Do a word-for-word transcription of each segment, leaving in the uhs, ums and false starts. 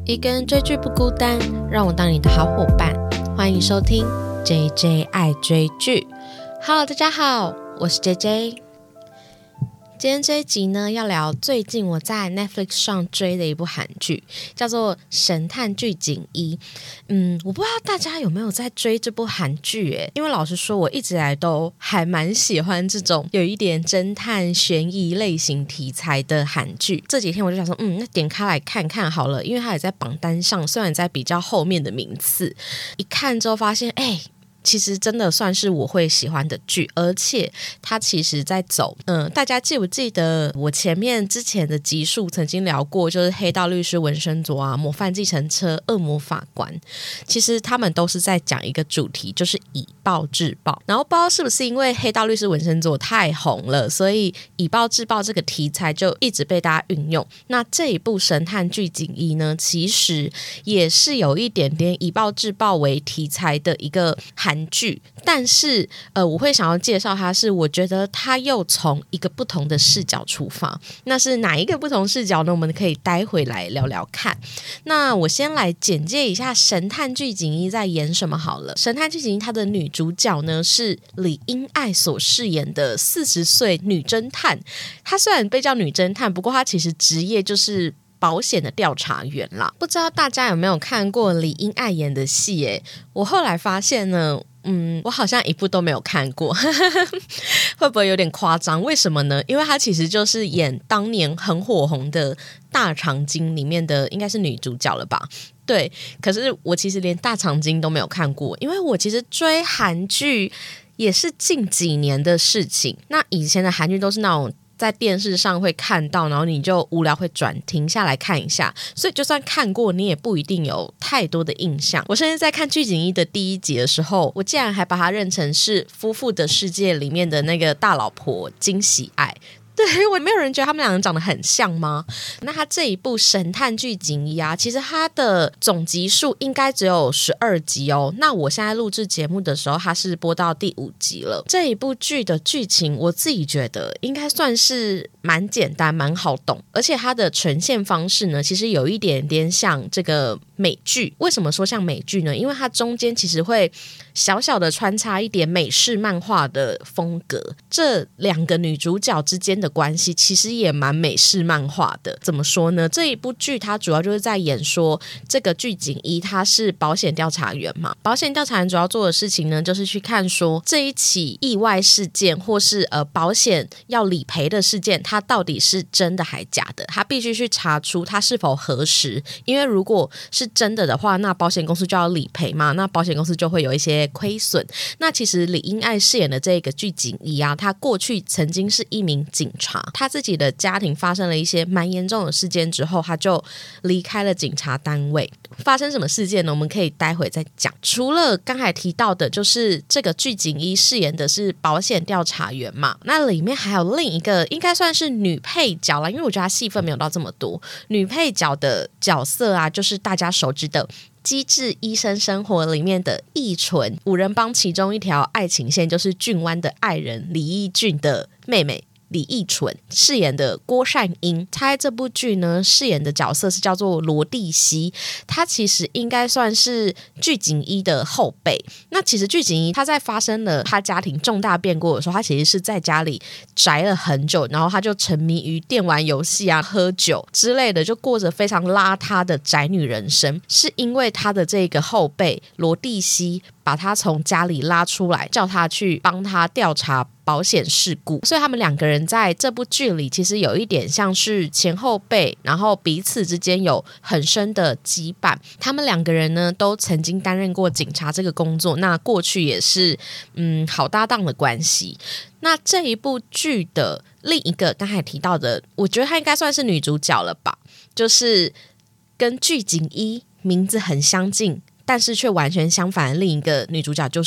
一个人追剧不孤单，让我当你的好伙伴。欢迎收听 J J 爱追剧。Hello， 大家好，我是 J J。今天这一集呢，要聊最近我在 Netflix 上追的一部韩剧，叫做《神探具景一》。嗯，我不知道大家有没有在追这部韩剧耶？因为老实说，我一直来都还蛮喜欢这种有一点侦探悬疑类型题材的韩剧。这几天我就想说，嗯，那点开来看看好了，因为它也在榜单上，虽然在比较后面的名次，一看之后发现，哎。其实真的算是我会喜欢的剧，而且它其实在走嗯，大家记不记得我前面之前的集数曾经聊过，就是黑道律师文森佐啊、模范计程车、恶魔法官，其实他们都是在讲一个主题，就是以暴制暴。然后不知道是不是因为黑道律师文森佐太红了，所以以暴制暴这个题材就一直被大家运用。那这一部神探具景一呢，其实也是有一点点以暴制暴为题材的一个韩剧，但是呃，我会想要介绍它是，我觉得它又从一个不同的视角出发。那是哪一个不同视角呢？我们可以待会来聊聊看。那我先来简介一下神探具景一在演什么好了。神探具景一它的女主角呢是李英爱所饰演的四十岁女侦探。她虽然被叫女侦探，不过她其实职业就是保险的调查员啦。不知道大家有没有看过李英爱演的戏耶？我后来发现呢，嗯，我好像一部都没有看过会不会有点夸张？为什么呢？因为她其实就是演当年很火红的大长今里面的应该是女主角了吧。对，可是我其实连大长今都没有看过，因为我其实追韩剧也是近几年的事情。那以前的韩剧都是那种在电视上会看到，然后你就无聊会转停下来看一下，所以就算看过你也不一定有太多的印象。我甚至在看具景一的第一集的时候，我竟然还把它认成是夫妇的世界里面的那个大老婆金喜爱。对，我没有人觉得他们两个长得很像吗？那他这一部神探具景一啊，其实它的总集数应该只有十二集哦。那我现在录制节目的时候，它是播到第五集了。这一部剧的剧情，我自己觉得应该算是蛮简单、蛮好懂，而且它的呈现方式呢，其实有一点点像这个美剧。为什么说像美剧呢？因为它中间其实会小小的穿插一点美式漫画的风格。这两个女主角之间的的关系其实也蛮美式漫画的。怎么说呢？这一部剧它主要就是在演说这个具景一他是保险调查员嘛，保险调查员主要做的事情呢，就是去看说这一起意外事件或是呃保险要理赔的事件，它到底是真的还假的，他必须去查出它是否核实。因为如果是真的的话，那保险公司就要理赔嘛，那保险公司就会有一些亏损。那其实李英爱饰演的这个具景一啊，他过去曾经是一名警察，他自己的家庭发生了一些蛮严重的事件之后，他就离开了警察单位。发生什么事件呢？我们可以待会再讲。除了刚才提到的，就是这个具景一饰演的是保险调查员嘛，那里面还有另一个应该算是女配角啦，因为我觉得她戏份没有到这么多。女配角的角色啊，就是大家熟知的机智医生生活里面的义纯，五人帮其中一条爱情线就是俊湾的爱人李义俊的妹妹李义纯饰演的郭善英。他在这部剧呢饰演的角色是叫做罗蒂西，他其实应该算是具景一的后辈。那其实具景一他在发生了他家庭重大变故的时候，他其实是在家里宅了很久，然后他就沉迷于电玩游戏啊、喝酒之类的，就过着非常邋遢的宅女人生。是因为他的这个后辈罗蒂西把他从家里拉出来，叫他去帮他调查保险事故，所以他们两个人在这部剧里其实有一点像是前后辈，然后彼此之间有很深的羁绊。他们两个人呢都曾经担任过警察这个工作，那过去也是嗯好搭档的关系。那这一部剧的另一个刚才提到的，我觉得她应该算是女主角了吧，就是跟具景一名字很相近但是却完全相反的另一个女主角，就是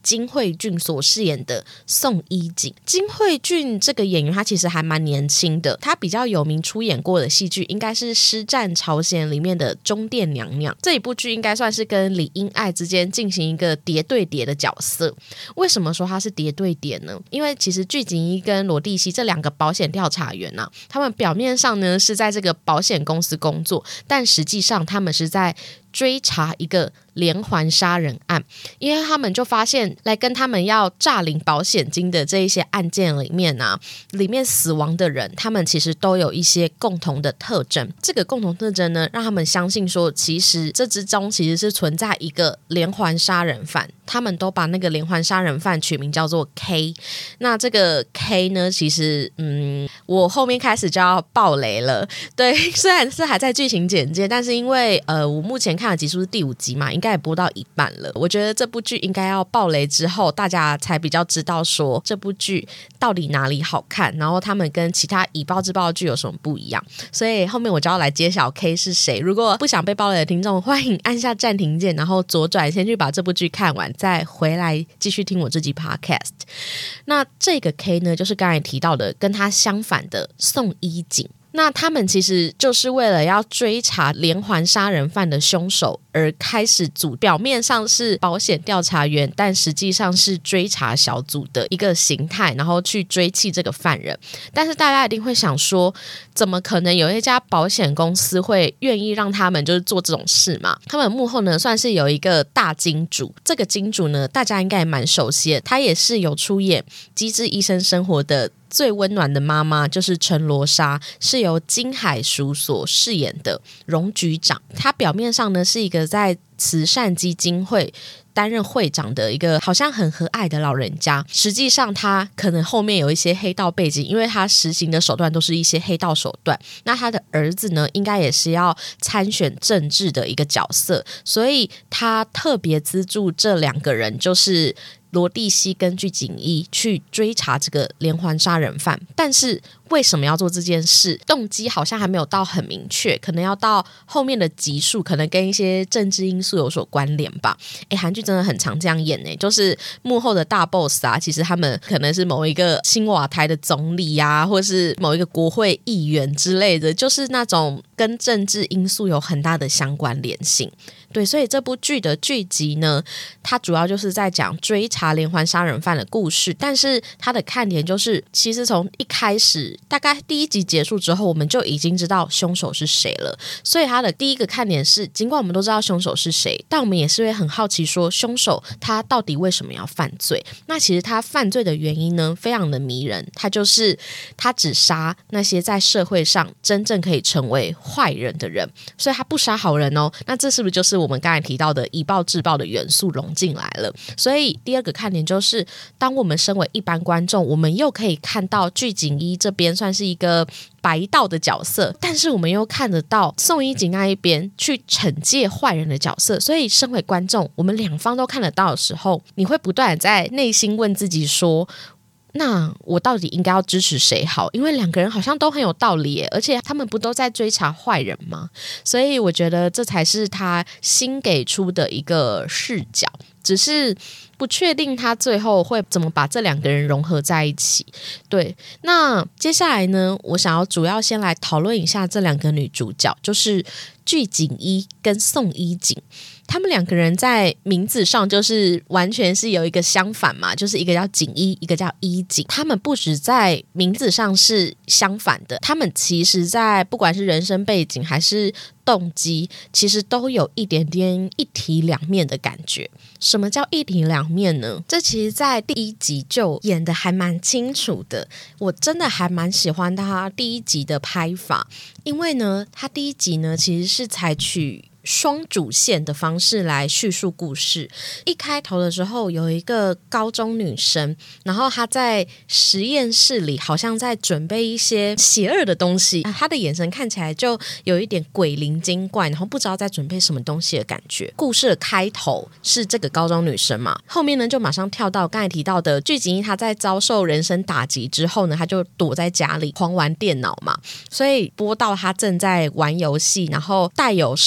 金惠俊所饰演的宋一景。金惠俊这个演员他其实还蛮年轻的，他比较有名出演过的戏剧应该是《师战朝鲜》里面的中殿娘娘，这一部剧应该算是跟李英爱之间进行一个叠对叠的角色。为什么说他是叠对叠呢？因为其实具景一跟罗蒂熙这两个保险调查员啊，他们表面上呢是在这个保险公司工作，但实际上他们是在追查一个连环杀人案。因为他们就发现来跟他们要诈领保险金的这一些案件里面啊，里面死亡的人他们其实都有一些共同的特征。这个共同特征呢，让他们相信说其实这之中其实是存在一个连环杀人犯，他们都把那个连环杀人犯取名叫做 K。 那这个 K 呢，其实嗯，我后面开始就要爆雷了。对，虽然是还在剧情简介，但是因为呃，我目前看的集数是第五集嘛，应该也播到一半了。我觉得这部剧应该要爆雷之后，大家才比较知道说这部剧到底哪里好看，然后他们跟其他以暴制暴的剧有什么不一样。所以后面我就要来揭晓 K 是谁。如果不想被爆雷的听众，欢迎按下暂停键，然后左转先去把这部剧看完，再回来继续听我这集 podcast。 那这个 K 呢，就是刚才提到的跟他相反的宋一景。那他们其实就是为了要追查连环杀人犯的凶手而开始组，表面上是保险调查员，但实际上是追查小组的一个形态，然后去追缉这个犯人。但是大家一定会想说，怎么可能有一家保险公司会愿意让他们就是做这种事嘛？他们幕后呢算是有一个大金主，这个金主呢大家应该也蛮熟悉的，他也是有出演《机智医生生活》的最温暖的妈妈，就是陈罗莎，是由金海淑所饰演的荣局长。他表面上呢是一个在慈善基金会担任会长的一个好像很和蔼的老人家，实际上他可能后面有一些黑道背景，因为他实行的手段都是一些黑道手段。那他的儿子呢应该也是要参选政治的一个角色，所以他特别资助这两个人，就是罗蒂熙跟具景一去追查这个连环杀人犯。但是为什么要做这件事，动机好像还没有到很明确，可能要到后面的集数，可能跟一些政治因素有所关联吧。诶，韩剧真的很常这样演诶，就是幕后的大 boss 啊，其实他们可能是某一个青瓦台的总理啊，或是某一个国会议员之类的，就是那种跟政治因素有很大的相关联性。对，所以这部剧的剧集呢，它主要就是在讲追查连环杀人犯的故事，但是它的看点就是其实从一开始大概第一集结束之后，我们就已经知道凶手是谁了。所以它的第一个看点是，尽管我们都知道凶手是谁，但我们也是会很好奇说凶手他到底为什么要犯罪。那其实他犯罪的原因呢非常的迷人，他就是他只杀那些在社会上真正可以成为坏人的人，所以他不杀好人哦。那这是不是就是我们刚才提到的以暴制暴的元素融进来了？所以第二个看点就是，当我们身为一般观众，我们又可以看到具景一这边算是一个白道的角色，但是我们又看得到宋一景那一边去惩戒坏人的角色。所以身为观众，我们两方都看得到的时候，你会不断在内心问自己说，那我到底应该要支持谁好？因为两个人好像都很有道理耶，而且他们不都在追查坏人吗？所以我觉得这才是他新给出的一个视角，只是不确定他最后会怎么把这两个人融合在一起。对，那接下来呢，我想要主要先来讨论一下这两个女主角，就是具景一跟宋一景。他们两个人在名字上就是完全是有一个相反嘛，就是一个叫景一，一个叫一景。他们不止在名字上是相反的，他们其实在不管是人生背景还是动机，其实都有一点点一体两面的感觉。什么叫一体两面呢？这其实在第一集就演得还蛮清楚的，我真的还蛮喜欢他第一集的拍法。因为呢他第一集呢其实是采取双主线的方式来叙述故事。一开头的时候有一个高中女生，然后她在实验室里好像在准备一些邪恶的东西，她的眼神看起来就有一点鬼灵精怪，然后不知道在准备什么东西的感觉。故事的开头是这个高中女生嘛，后面呢就马上跳到刚才提到的具景一，她在遭受人生打击之后呢，她就躲在家里狂玩电脑嘛，所以播到她正在玩游戏，然后带有杀意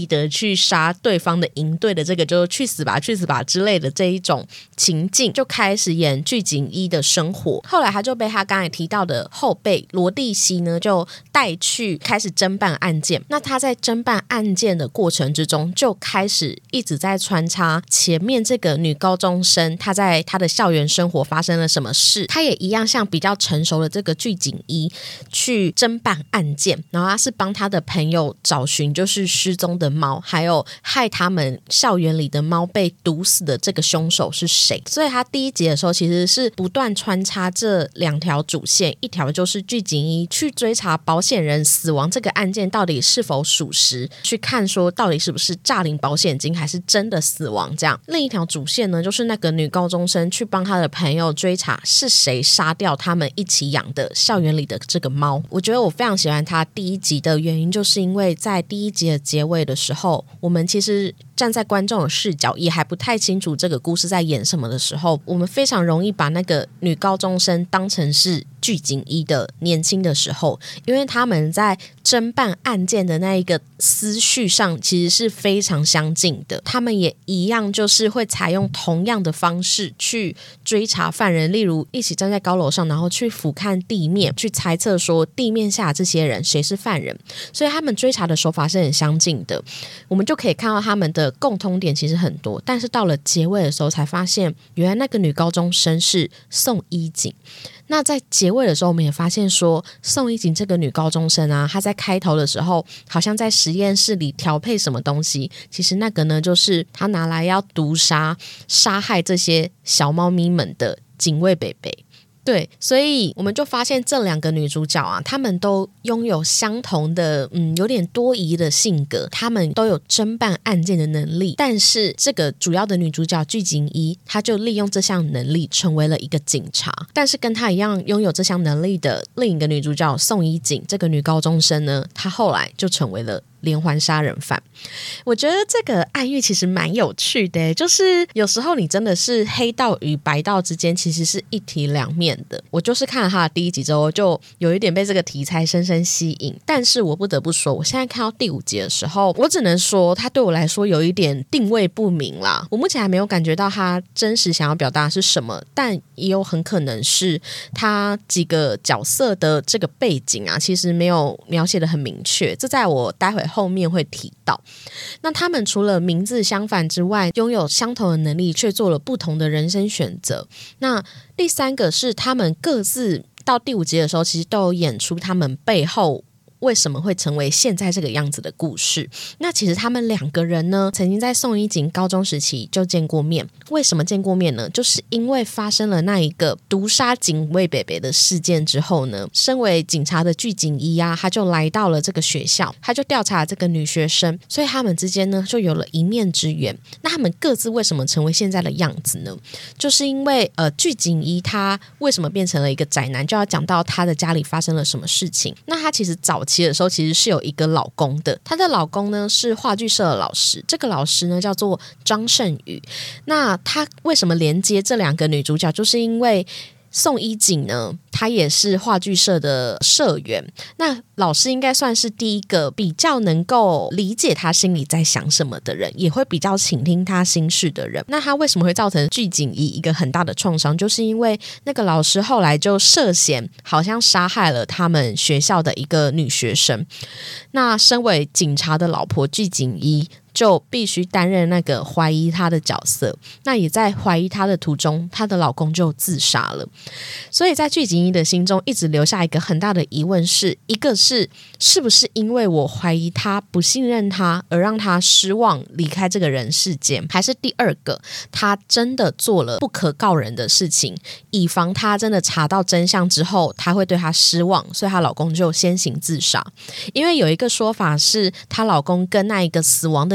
激的去杀对方的营队的这个就去死吧去死吧之类的这一种情境，就开始演具景一的生活。后来他就被他刚才提到的后辈罗蒂西呢就带去开始侦办案件。那他在侦办案件的过程之中就开始一直在穿插前面这个女高中生她在她的校园生活发生了什么事，她也一样像比较成熟的这个具景一去侦办案件，然后他是帮他的朋友找寻就是失踪的猫，还有害他们校园里的猫被毒死的这个凶手是谁。所以他第一集的时候其实是不断穿插这两条主线，一条就是具景一去追查保险人死亡这个案件到底是否属实，去看说到底是不是诈领保险金还是真的死亡这样。另一条主线呢就是那个女高中生去帮她的朋友追查是谁杀掉他们一起养的校园里的这个猫。我觉得我非常喜欢他第一集的原因就是因为在第一集的结尾的时候，我们其实站在观众的视角也还不太清楚这个故事在演什么的时候，我们非常容易把那个女高中生当成是具景一的年轻的时候，因为他们在侦办案件的那一个思绪上其实是非常相近的，他们也一样就是会采用同样的方式去追查犯人，例如一起站在高楼上然后去俯瞰地面，去猜测说地面下这些人谁是犯人，所以他们追查的手法是很相近的。我们就可以看到他们的共通点其实很多，但是到了结尾的时候才发现原来那个女高中生是宋一景。那在结尾的时候我们也发现说宋一景这个女高中生啊，她在开头的时候好像在实验室里调配什么东西，其实那个呢就是她拿来要毒杀杀害这些小猫咪们的警卫北北。对，所以我们就发现这两个女主角啊，她们都拥有相同的嗯，有点多疑的性格，她们都有侦办案件的能力，但是这个主要的女主角具景一，她就利用这项能力成为了一个警察。但是跟她一样拥有这项能力的另一个女主角宋一景，这个女高中生呢，她后来就成为了连环杀人犯。我觉得这个暗喻其实蛮有趣的，就是有时候你真的是黑道与白道之间其实是一体两面的。我就是看了他的第一集之后就有一点被这个题材深深吸引，但是我不得不说我现在看到第五集的时候，我只能说他对我来说有一点定位不明啦。我目前还没有感觉到他真实想要表达的是什么，但也有很可能是他几个角色的这个背景啊其实没有描写的很明确，这在我待会后面会提到。那他们除了名字相反之外，拥有相同的能力却做了不同的人生选择。那第三个是他们各自到第五集的时候其实都有演出他们背后为什么会成为现在这个样子的故事。那其实他们两个人呢曾经在宋一景高中时期就见过面。为什么见过面呢？就是因为发生了那一个毒杀警卫北北的事件之后呢，身为警察的具景一啊，他就来到了这个学校，他就调查这个女学生，所以他们之间呢就有了一面之缘。那他们各自为什么成为现在的样子呢？就是因为呃，具景一他为什么变成了一个宅男，就要讲到他的家里发生了什么事情。那他其实早期的时候其实是有一个老公的，她的老公呢是话剧社的老师，这个老师呢叫做张胜宇。那他为什么连接这两个女主角，就是因为宋一景呢他也是话剧社的社员，那老师应该算是第一个比较能够理解他心里在想什么的人，也会比较倾听他心事的人。那他为什么会造成具景一一个很大的创伤，就是因为那个老师后来就涉嫌好像杀害了他们学校的一个女学生。那身为警察的老婆具景一就必须担任那个怀疑她的角色，那也在怀疑她的途中，她的老公就自杀了。所以在具景一的心中一直留下一个很大的疑问，是一个是是不是因为我怀疑他不信任他而让他失望离开这个人世间，还是第二个他真的做了不可告人的事情，以防他真的查到真相之后他会对他失望，所以她老公就先行自杀。因为有一个说法是她老公跟那一个死亡的女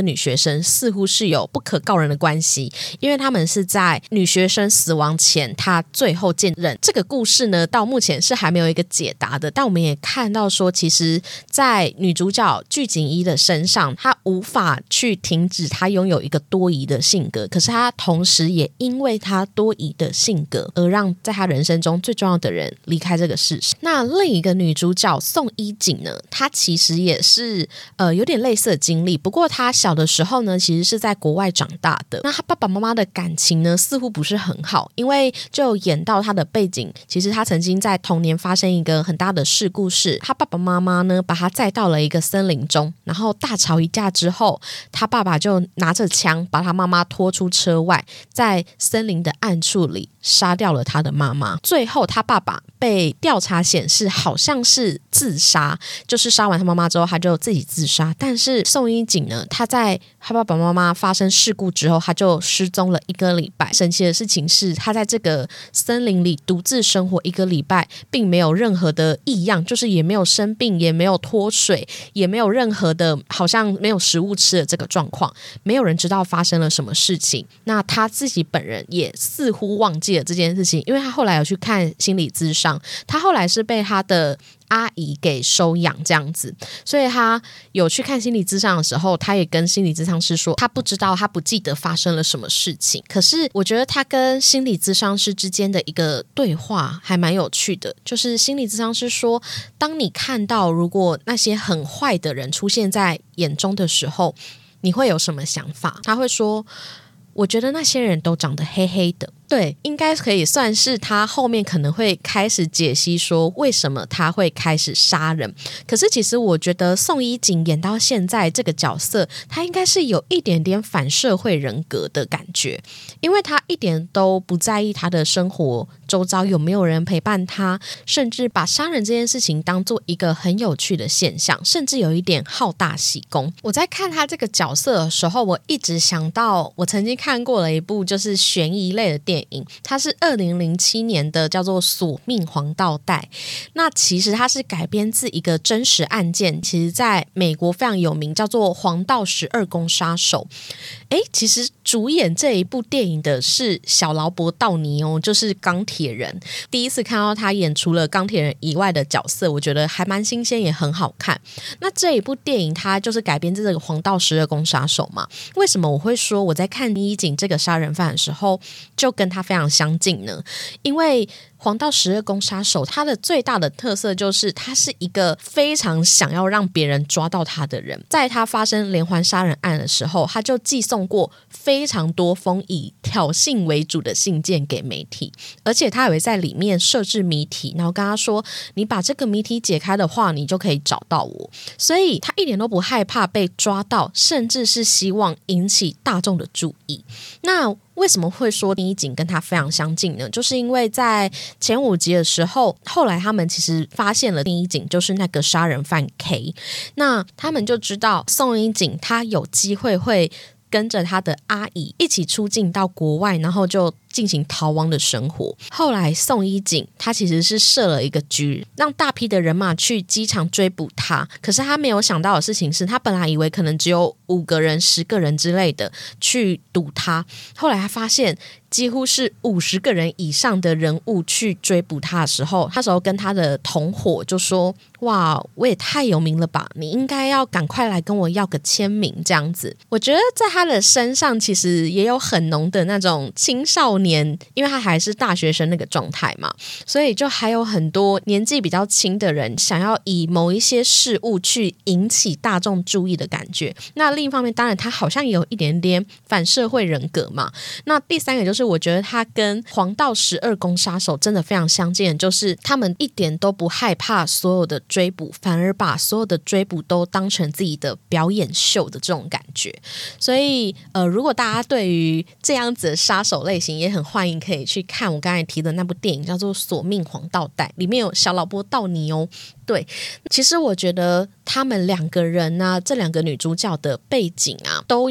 女学生似乎是有不可告人的关系，因为他们是在女学生死亡前她最后见证。这个故事呢到目前是还没有一个解答的，但我们也看到说其实在女主角具景一的身上，她无法去停止她拥有一个多疑的性格，可是她同时也因为她多疑的性格而让在她人生中最重要的人离开这个世上。那另一个女主角宋一锦呢，她其实也是呃有点类似的经历，不过她小的时候呢其实是在国外长大的。那她爸爸妈妈的感情呢似乎不是很好，因为就演到她的背景，其实她曾经在童年发生一个很大的事故，是她爸爸妈妈呢把她载到了一个森林中，然后大吵一架之后，她爸爸就拿着枪把她妈妈拖出车外，在森林的暗处里杀掉了她的妈妈。最后她爸爸被调查显示好像是自杀，就是杀完她妈妈之后他就自己自杀。但是宋一锦呢，他在他爸爸妈妈发生事故之后他就失踪了一个礼拜。神奇的事情是他在这个森林里独自生活一个礼拜，并没有任何的异样，就是也没有生病，也没有脱水，也没有任何的好像没有食物吃的这个状况，没有人知道发生了什么事情。那他自己本人也似乎忘记了这件事情，因为他后来有去看心理咨商，他后来是被他的阿姨给收养这样子，所以他有去看心理咨商的时候，他也跟心理咨商师说他不知道，他不记得发生了什么事情。可是我觉得他跟心理咨商师之间的一个对话还蛮有趣的，就是心理咨商师说，当你看到如果那些很坏的人出现在眼中的时候，你会有什么想法？他会说，我觉得那些人都长得黑黑的。对，应该可以算是他后面可能会开始解析说为什么他会开始杀人。可是其实我觉得宋一锦演到现在这个角色，他应该是有一点点反社会人格的感觉，因为他一点都不在意他的生活周遭有没有人陪伴他，甚至把杀人这件事情当做一个很有趣的现象，甚至有一点好大喜功。我在看他这个角色的时候，我一直想到我曾经看过了一部就是悬疑类的电影，它是二零零七年的，叫做《索命黄道带》。那其实它是改编自一个真实案件，其实在美国非常有名，叫做黄道十二宫杀手。诶，其实主演这一部电影的是小劳勃道尼哦，就是钢铁人。第一次看到他演除了钢铁人以外的角色，我觉得还蛮新鲜，也很好看。那这一部电影它就是改编自这个黄道十二宫杀手嘛。为什么我会说我在看一景这个杀人犯的时候就跟他非常相近呢？因为黄道十二宫杀手他的最大的特色就是他是一个非常想要让别人抓到他的人。在他发生连环杀人案的时候，他就寄送过非常多封以挑衅为主的信件给媒体，而且他也会在里面设置谜题，然后跟他说，你把这个谜题解开的话你就可以找到我。所以他一点都不害怕被抓到，甚至是希望引起大众的注意。那为什么会说丁一景跟他非常相近呢？就是因为在前五集的时候，后来他们其实发现了丁一景就是那个杀人犯 K， 那他们就知道宋一景他有机会会跟着他的阿姨一起出境到国外，然后就进行逃亡的生活。后来宋一景他其实是设了一个局，让大批的人马去机场追捕他，可是他没有想到的事情是，他本来以为可能只有五个人十个人之类的去堵他，后来他发现几乎是五十个人以上的人物去追捕他的时候，他那时候跟他的同伙就说，哇，我也太有名了吧，你应该要赶快来跟我要个签名这样子。我觉得在他的身上其实也有很浓的那种青少年，因为他还是大学生那个状态嘛，所以就还有很多年纪比较轻的人想要以某一些事物去引起大众注意的感觉。那另一方面当然他好像也有一点点反社会人格嘛。那第三个就是我觉得他跟黄道十二宫杀手真的非常相近，就是他们一点都不害怕所有的追捕，反而把所有的追捕都当成自己的表演秀的这种感觉。所以呃，如果大家对于这样子的杀手类型也很欢迎可以去看我刚才提的那部电影，叫做《索命黄道带》，里面有小劳勃道尼哦。对，其实我觉得他们两个人啊，这两个女主角的背景啊，都有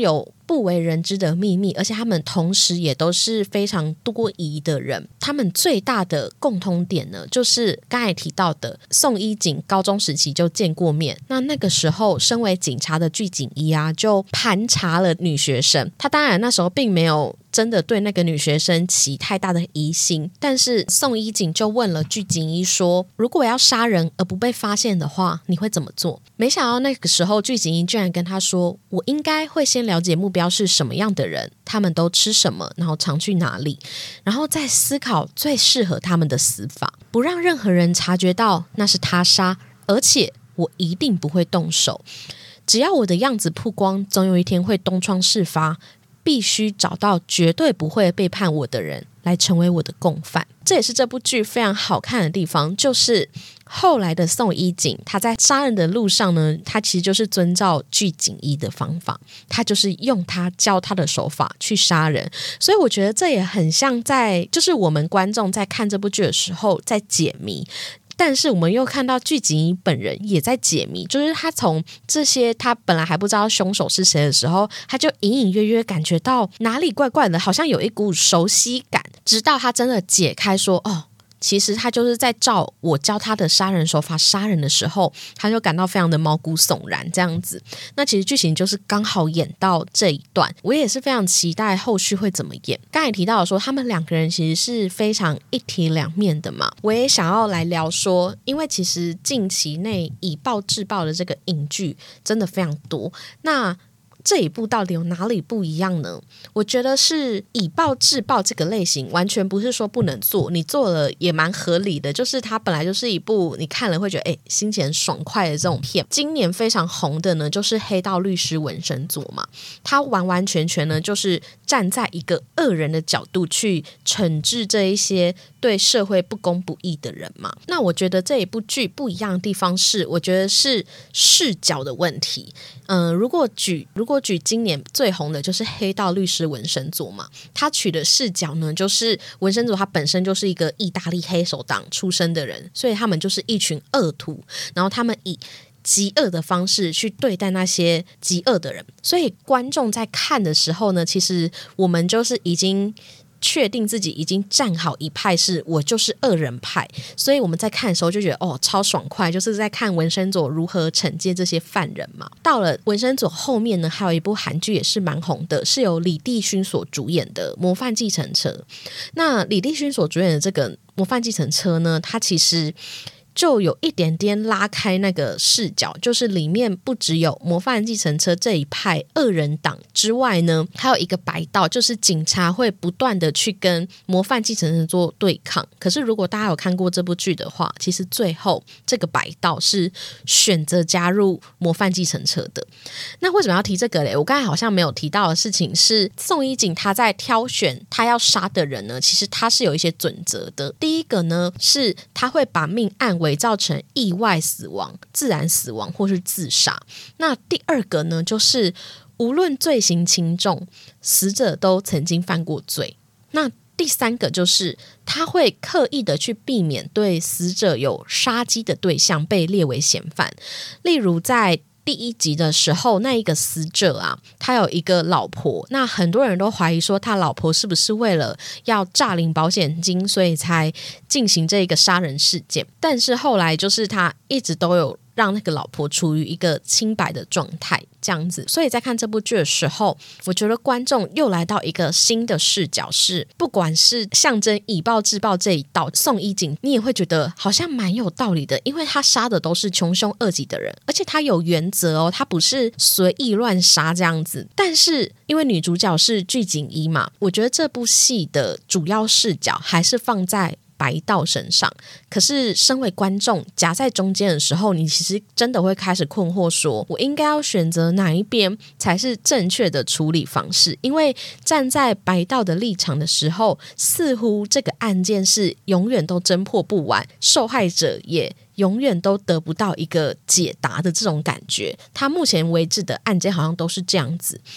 不为人知的秘密，而且他们同时也都是非常多疑的人。他们最大的共通点呢，就是刚才提到的宋一景高中时期就见过面，那那个时候身为警察的具景一啊，就盘查了女学生。他当然那时候并没有真的对那个女学生起太大的疑心，但是宋一景就问了具景一说，如果要杀人而不被发现的话，你会怎么做？没想到那个时候具景一居然跟他说，我应该会先了解目标是什么样的人，他们都吃什么，然后常去哪里，然后再思考最适合他们的死法，不让任何人察觉到那是他杀，而且我一定不会动手。只要我的样子曝光，总有一天会东窗事发，必须找到绝对不会背叛我的人来成为我的共犯。这也是这部剧非常好看的地方，就是后来的宋一景他在杀人的路上呢，他其实就是遵照具景一的方法，他就是用他教他的手法去杀人。所以我觉得这也很像在就是我们观众在看这部剧的时候在解谜，但是我们又看到具景一本人也在解谜，就是他从这些他本来还不知道凶手是谁的时候，他就隐隐约约感觉到哪里怪怪的，好像有一股熟悉感，直到他真的解开说，哦，其实他就是在照我教他的杀人手法杀人的时候，他就感到非常的毛骨悚然这样子。那其实剧情就是刚好演到这一段，我也是非常期待后续会怎么演。刚才提到的说他们两个人其实是非常一体两面的嘛，我也想要来聊说，因为其实近期内以暴制暴的这个影剧真的非常多，那这一部到底有哪里不一样呢？我觉得是以暴制暴这个类型完全不是说不能做，你做了也蛮合理的，就是它本来就是一部你看了会觉得哎心情很爽快的这种片。今年非常红的呢就是黑道律师文森佐嘛，他完完全全呢就是站在一个恶人的角度去惩治这一些对社会不公不义的人嘛。那我觉得这一部剧不一样的地方是，我觉得是视角的问题。嗯、呃，如果举如果举今年最红的就是黑道律师文森佐嘛，他取的视角呢，就是文森佐他本身就是一个意大利黑手党出身的人，所以他们就是一群恶徒，然后他们以极恶的方式去对待那些极恶的人，所以观众在看的时候呢，其实我们就是已经确定自己已经站好一派，是我就是恶人派，所以我们在看的时候就觉得哦超爽快，就是在看文森佐如何惩戒这些犯人嘛。到了文森佐后面呢，还有一部韩剧也是蛮红的，是由李帝勋所主演的《模范计程车》。那李帝勋所主演的这个《模范计程车》呢，它其实就有一点点拉开那个视角，就是里面不只有模范计程车这一派恶人党之外呢，还有一个白道，就是警察会不断的去跟模范计程车做对抗。可是如果大家有看过这部剧的话，其实最后这个白道是选择加入模范计程车的。那为什么要提这个嘞？我刚才好像没有提到的事情是，宋一景他在挑选他要杀的人呢，其实他是有一些准则的。第一个呢，是他会把命案伪造成意外死亡、自然死亡或是自杀。那第二个呢，就是无论罪行轻重，死者都曾经犯过罪。那第三个就是他会刻意的去避免对死者有杀机的对象被列为嫌犯。例如在第一集的时候，那一个死者啊，他有一个老婆，那很多人都怀疑说他老婆是不是为了要诈领保险金，所以才进行这个杀人事件。但是后来就是他一直都有让那个老婆处于一个清白的状态这样子。所以在看这部剧的时候，我觉得观众又来到一个新的视角，是不管是象征以暴制暴这一道，宋一景你也会觉得好像蛮有道理的，因为他杀的都是穷凶恶极的人，而且他有原则哦，他不是随意乱杀这样子。但是因为女主角是具景一嘛，我觉得这部戏的主要视角还是放在白道身上。可是身为观众夹在中间的时候，你其实真的会开始困惑，说我应该要选择哪一边才是正确的处理方式。因为站在白道的立场的时候，似乎这个案件是永远都侦破不完，受害者也永远都得不到一个解答的这种感觉。他目前为止的案件好像都是这样子。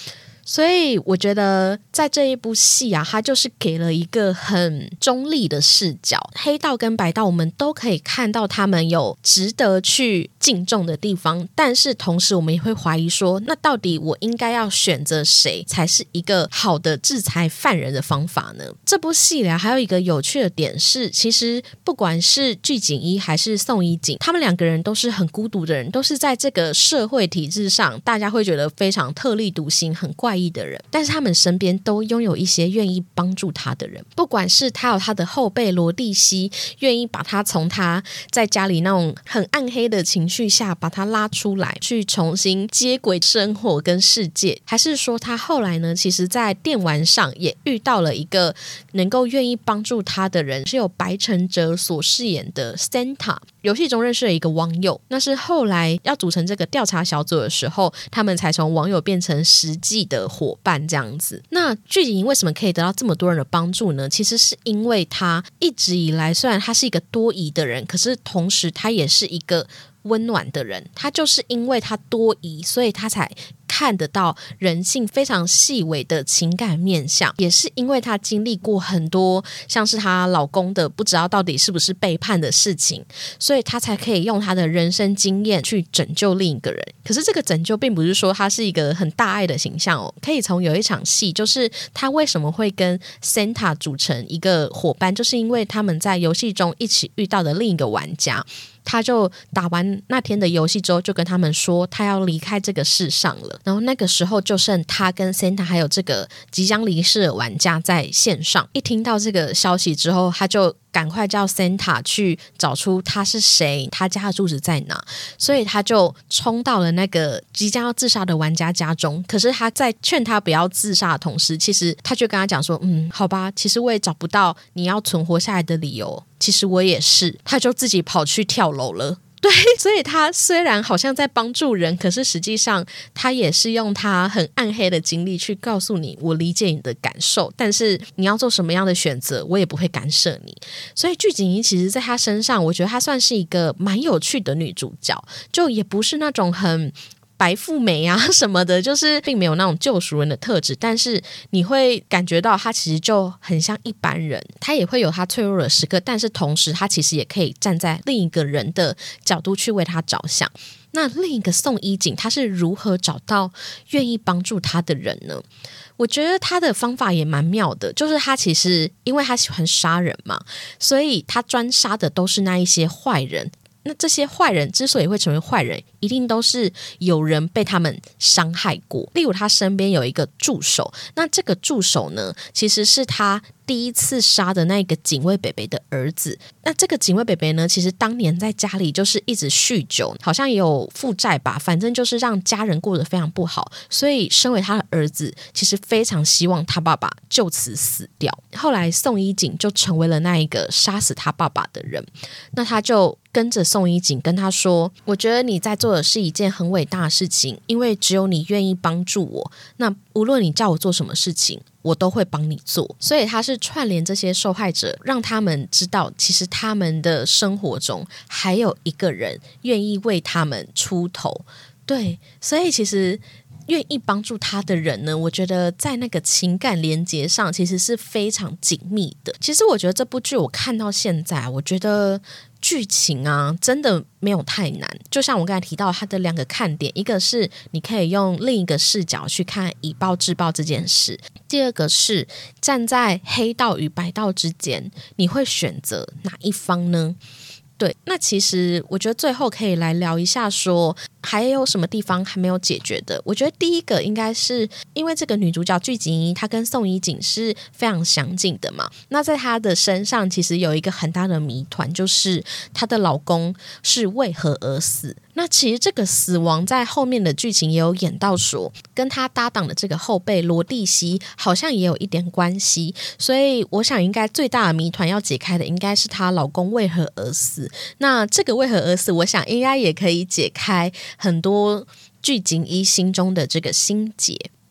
所以我觉得在这一部戏啊，它就是给了一个很中立的视角，黑道跟白道我们都可以看到他们有值得去敬重的地方，但是同时我们也会怀疑说，那到底我应该要选择谁才是一个好的制裁犯人的方法呢？这部戏啊，还有一个有趣的点是，其实不管是具景一还是宋一景，他们两个人都是很孤独的人，都是在这个社会体制上大家会觉得非常特立独行很怪异的人，但是他们身边都拥有一些愿意帮助他的人，不管是他有他的后辈罗蒂西愿意把他从他在家里那种很暗黑的情绪下把他拉出来去重新接轨生活跟世界，还是说他后来呢其实在电玩上也遇到了一个能够愿意帮助他的人，是由白承哲所饰演的 Santa， 游戏中认识了一个网友，那是后来要组成这个调查小组的时候，他们才从网友变成实际的伙伴这样子。那具景一为什么可以得到这么多人的帮助呢？其实是因为他一直以来虽然他是一个多疑的人，可是同时他也是一个温暖的人，他就是因为他多疑，所以他才看得到人性非常细微的情感面向，也是因为她经历过很多像是她老公的不知道到底是不是背叛的事情，所以她才可以用她的人生经验去拯救另一个人。可是这个拯救并不是说她是一个很大爱的形象哦，可以从有一场戏，就是她为什么会跟 Santa 组成一个伙伴，就是因为他们在游戏中一起遇到的另一个玩家，他就打完那天的游戏之后就跟他们说他要离开这个世上了，然后那个时候就剩他跟 Santa 还有这个即将离世的玩家在线上。一听到这个消息之后，他就赶快叫 Santa 去找出他是谁，他家的住址在哪，所以他就冲到了那个即将要自杀的玩家家中。可是他在劝他不要自杀的同时，其实他就跟他讲说，嗯，好吧，其实我也找不到你要存活下来的理由，其实我也是。他就自己跑去跳楼了。对，所以他虽然好像在帮助人，可是实际上他也是用他很暗黑的经历去告诉你，我理解你的感受，但是你要做什么样的选择我也不会干涉你。所以具景一其实在他身上，我觉得他算是一个蛮有趣的女主角，就也不是那种很白富美啊什么的，就是并没有那种救赎人的特质，但是你会感觉到他其实就很像一般人，他也会有他脆弱的时刻，但是同时他其实也可以站在另一个人的角度去为他着想。那另一个宋一景，他是如何找到愿意帮助他的人呢？我觉得他的方法也蛮妙的，就是他其实因为他喜欢杀人嘛，所以他专杀的都是那一些坏人。那这些坏人之所以会成为坏人，一定都是有人被他们伤害过。例如他身边有一个助手，那这个助手呢，其实是他第一次杀的那个警卫北北的儿子。那这个警卫北北呢，其实当年在家里就是一直酗酒，好像也有负债吧，反正就是让家人过得非常不好，所以身为他的儿子，其实非常希望他爸爸就此死掉。后来宋一景就成为了那一个杀死他爸爸的人，那他就跟着宋一景跟他说，我觉得你在做的是一件很伟大的事情，因为只有你愿意帮助我，那无论你叫我做什么事情我都会帮你做。所以他是串联这些受害者，让他们知道其实他们的生活中还有一个人愿意为他们出头。对，所以其实愿意帮助他的人呢，我觉得在那个情感连结上其实是非常紧密的。其实我觉得这部剧我看到现在，我觉得剧情啊真的没有太难，就像我刚才提到它的两个看点，一个是你可以用另一个视角去看以暴制暴这件事，第二个是站在黑道与白道之间，你会选择哪一方呢？对，那其实我觉得最后可以来聊一下说还有什么地方还没有解决的。我觉得第一个应该是因为这个女主角具景一她跟宋一景是非常相近的嘛，那在她的身上其实有一个很大的谜团，就是她的老公是为何而死。那其实这个死亡在后面的剧情也有演到说跟她搭档的这个后辈罗蒂西好像也有一点关系，所以我想应该最大的谜团要解开的应该是她老公为何而死。那这个为何而死，我想应该也可以解开很多具景一心中的这个心结。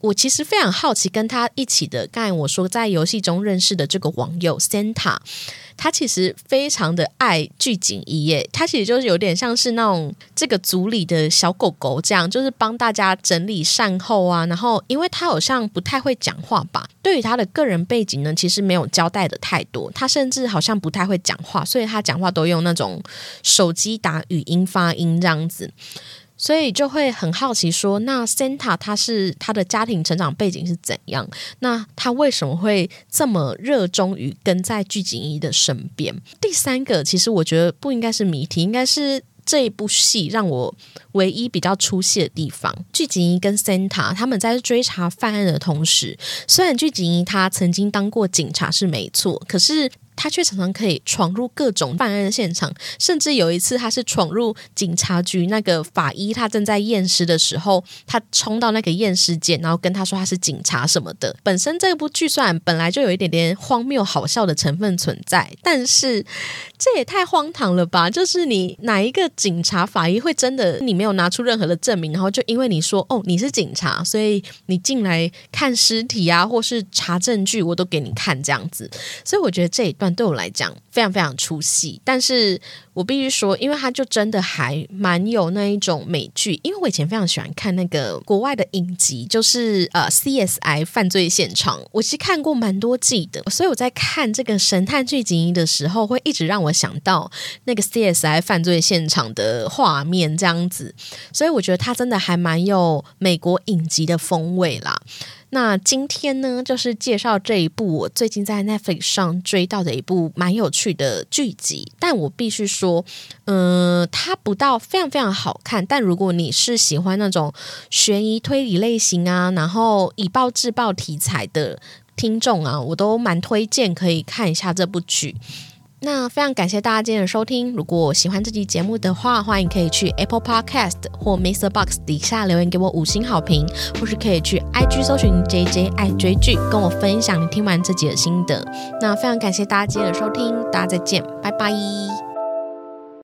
我其实非常好奇跟他一起的，刚才我说在游戏中认识的这个网友 Santa， 他其实非常的爱具景一耶，他其实就是有点像是那种这个组里的小狗狗这样，就是帮大家整理善后啊，然后因为他好像不太会讲话吧，对于他的个人背景呢其实没有交代的太多，他甚至好像不太会讲话，所以他讲话都用那种手机打语音发音这样子，所以就会很好奇说，那 Santa 他是他的家庭成长背景是怎样，那他为什么会这么热衷于跟在具景一的身边。第三个其实我觉得不应该是谜题，应该是这一部戏让我唯一比较出戏的地方。具景一跟 Santa 他们在追查犯案的同时，虽然具景一他曾经当过警察是没错，可是他却常常可以闯入各种犯案现场，甚至有一次他是闯入警察局，那个法医他正在验尸的时候，他冲到那个验尸间，然后跟他说他是警察什么的。本身这部剧虽然本来就有一点点荒谬好笑的成分存在，但是这也太荒唐了吧，就是你哪一个警察法医会真的你没有拿出任何的证明，然后就因为你说哦你是警察，所以你进来看尸体啊或是查证据我都给你看这样子。所以我觉得这一段对我来讲非常非常出戏，但是我必须说因为它就真的还蛮有那一种美剧，因为我以前非常喜欢看那个国外的影集，就是呃 C S I 犯罪现场，我其实看过蛮多季的，所以我在看这个神探具景一的时候会一直让我想到那个 C S I 犯罪现场的画面这样子，所以我觉得它真的还蛮有美国影集的风味啦。那今天呢就是介绍这一部我最近在 Netflix 上追到的一部蛮有趣的剧集，但我必须说嗯，它不到非常非常好看，但如果你是喜欢那种悬疑推理类型啊，然后以暴制暴题材的听众啊，我都蛮推荐可以看一下这部剧。那非常感谢大家今天的收听，如果喜欢这期节目的话，欢迎可以去 Apple Podcast 或 Mixer Box 底下留言给我五星好评，或是可以去 I G 搜寻 J J 爱追剧，跟我分享你听完这集的心得。那非常感谢大家今天的收听，大家再见，拜拜。